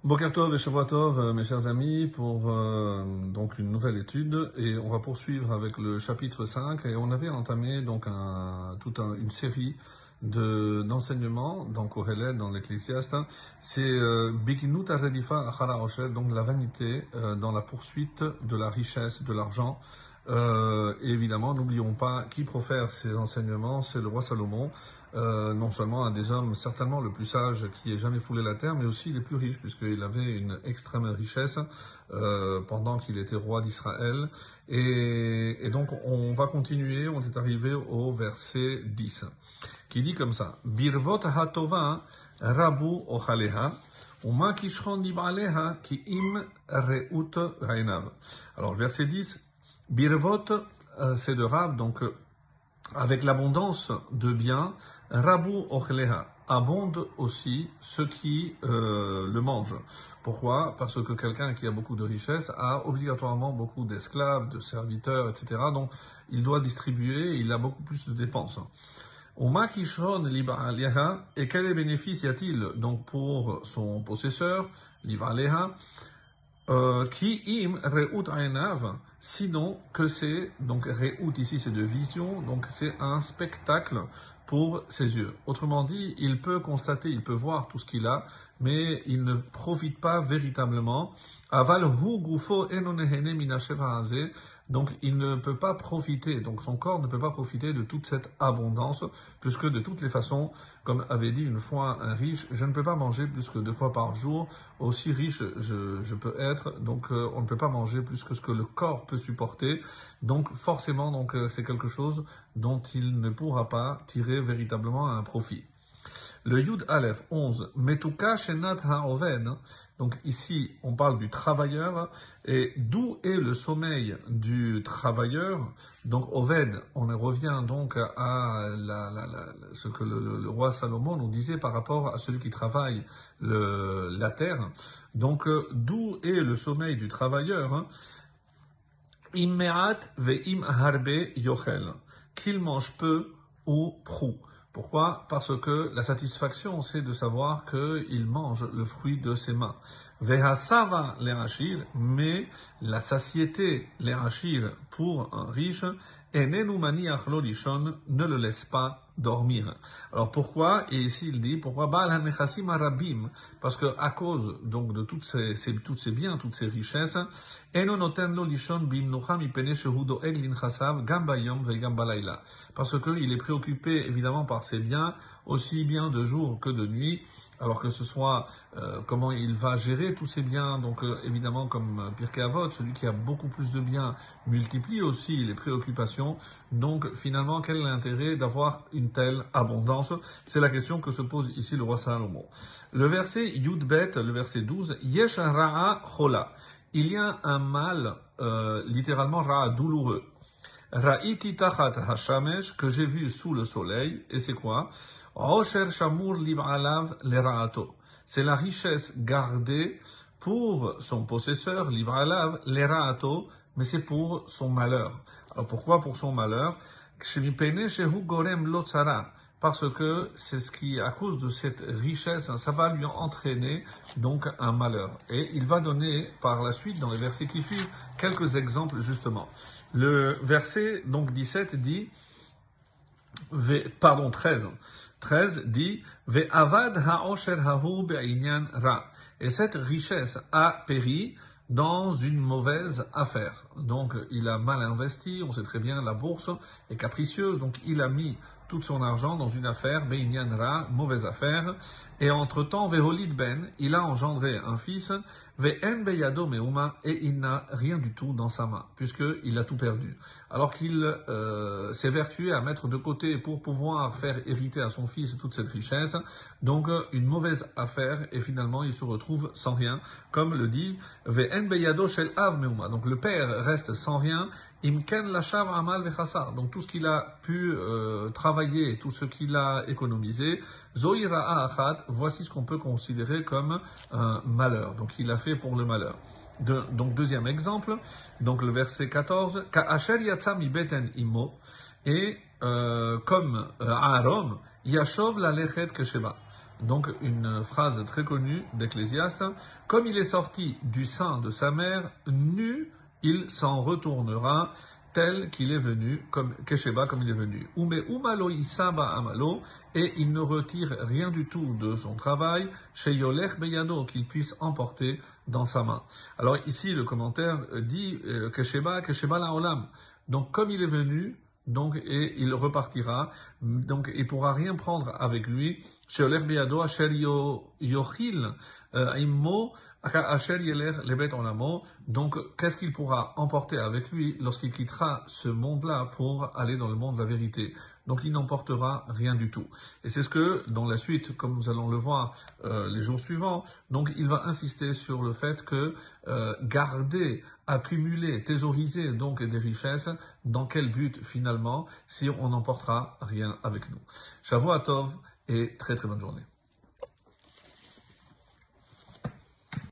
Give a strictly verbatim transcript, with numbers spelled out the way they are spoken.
Boker Tov et Shavua Tov, euh, mes chers amis, pour euh, donc une nouvelle étude, et on va poursuivre avec le chapitre cinq, et on avait entamé donc un, toute un, une série de d'enseignements dans Kohelet, dans l'Ecclésiaste. C'est Bikinut Aredifa Achara Osher, donc la vanité euh, dans la poursuite de la richesse, de l'argent. Euh, et évidemment, n'oublions pas qui profère ces enseignements, c'est le roi Salomon, euh, non seulement un des hommes certainement le plus sage qui ait jamais foulé la terre, mais aussi les plus riches, puisqu'il avait une extrême richesse euh, pendant qu'il était roi d'Israël. Et, et donc, on va continuer, on est arrivé au verset dix, qui dit comme ça, « Birvot hatova rabu ochaleha » Uma kishron libaleha ki im reut hainav. Alors, le verset dix, Birvot, euh, c'est de Rab, donc euh, avec l'abondance de biens, Rabu ochleha, abonde aussi ceux qui euh, le mangent. Pourquoi? Parce que quelqu'un qui a beaucoup de richesses a obligatoirement beaucoup d'esclaves, de serviteurs, et cetera. Donc, il doit distribuer, il a beaucoup plus de dépenses. Uma kishron libaleha, et quel bénéfice y a-t-il donc pour son possesseur, libaleha, Euh, qui im reut ainav, sinon que c'est, donc reut ici c'est de vision, donc c'est un spectacle pour ses yeux. Autrement dit, il peut constater, il peut voir tout ce qu'il a, mais il ne profite pas véritablement. Aval hu gufo enonehene minasheva haze, donc il ne peut pas profiter, donc son corps ne peut pas profiter de toute cette abondance, puisque de toutes les façons, comme avait dit une fois un riche, je ne peux pas manger plus que deux fois par jour, aussi riche je, je peux être, donc euh, on ne peut pas manger plus que ce que le corps peut supporter, donc forcément donc euh, c'est quelque chose dont il ne pourra pas tirer véritablement un profit. Le Yud Aleph onze, Metuka Shenat Ha'oven, donc ici on parle du travailleur, et d'où est le sommeil du travailleur? Donc Oved, on revient donc à la, la, la, ce que le, le, le roi Salomon nous disait par rapport à celui qui travaille le, la terre. Donc d'où est le sommeil du travailleur? Im me'at ve'im harbe yochel, qu'il mange peu ou prou. Pourquoi? Parce que la satisfaction, c'est de savoir qu'il mange le fruit de ses mains. Vehasava l'erachir, mais la satiété l'erachir pour un riche, enenu maniach lorishon, ne le laisse pas dormir. Alors pourquoi? Et ici il dit pourquoi? Baal hanechasim arabim, parce que à cause donc de toutes ces, ces toutes ces biens, toutes ces richesses, eno noten lo lishon bimnucha mipene shehu doeg linchasav gam bayom vegam balayla, parce que il est préoccupé évidemment par ses biens aussi bien de jour que de nuit. Alors que ce soit euh, comment il va gérer tous ces biens, donc euh, évidemment comme euh, Pirkei Avot, celui qui a beaucoup plus de biens multiplie aussi les préoccupations. Donc finalement, quel est l'intérêt d'avoir une telle abondance? C'est la question que se pose ici le roi Salomon. Le verset Yud Bet, le verset douze, Yesh Ra'a Chola. Il y a un mal, euh, littéralement Ra'a, douloureux. Ra'iti tachat hashamesh, que j'ai vu sous le soleil, et c'est quoi? Osher shamur lib'alav lera'ato. C'est la richesse gardée pour son possesseur, lib'alav lera'ato, mais c'est pour son malheur. Alors pourquoi pour son malheur? Kshemipene shehu gorem lo tzara. Parce que c'est ce qui, à cause de cette richesse, ça va lui entraîner donc un malheur. Et il va donner par la suite, dans les versets qui suivent, quelques exemples justement. Le verset donc dix-sept dit, pardon treize, treize dit Ve'avad ha'osher hahu be'inyan ra. Et cette richesse a péri dans une mauvaise affaire. Donc il a mal investi, on sait très bien la bourse est capricieuse, donc il a mis tout son argent dans une affaire, be'inyan ra, mauvaise affaire, et entre-temps, ve'holid ben, il a engendré un fils, ve'en beyado me'uma, et il n'a rien du tout dans sa main, puisqu'il a tout perdu. Alors qu'il euh, s'est vertué à mettre de côté pour pouvoir faire hériter à son fils toute cette richesse, donc une mauvaise affaire, et finalement il se retrouve sans rien, comme le dit, ve'en beyado shel av me'uma, donc le père reste sans rien, imken lashav amal vechassar, donc tout ce qu'il a pu euh, travailler, tout ce qu'il a économisé, zoïra achat, voici ce qu'on peut considérer comme un malheur. Donc il a fait pour le malheur. De, donc deuxième exemple, donc le verset quatorze, ka asher yatsa mi beten imo, et euh, comme euh, Aaron, yashov la lechet kesheba. donc une phrase très connue d'Ecclésiaste, comme il est sorti du sein de sa mère, nu, il s'en retournera, tel qu'il est venu, comme Kesheba, comme il est venu. Ume umalo isaba amalo, et il ne retire rien du tout de son travail, chez Yolech beyado, qu'il puisse emporter dans sa main. Alors ici, le commentaire dit euh, Kesheba, Kesheba la olam. Donc comme il est venu, donc et il repartira, donc il pourra rien prendre avec lui. Chez Yolech beyado, asher yochil immo. Donc, qu'est-ce qu'il pourra emporter avec lui lorsqu'il quittera ce monde-là pour aller dans le monde de la vérité? Donc, il n'emportera rien du tout. Et c'est ce que, dans la suite, comme nous allons le voir euh, les jours suivants, donc il va insister sur le fait que euh, garder, accumuler, thésauriser donc des richesses, dans quel but finalement, si on n'emportera rien avec nous? Shavua Tov et très très bonne journée.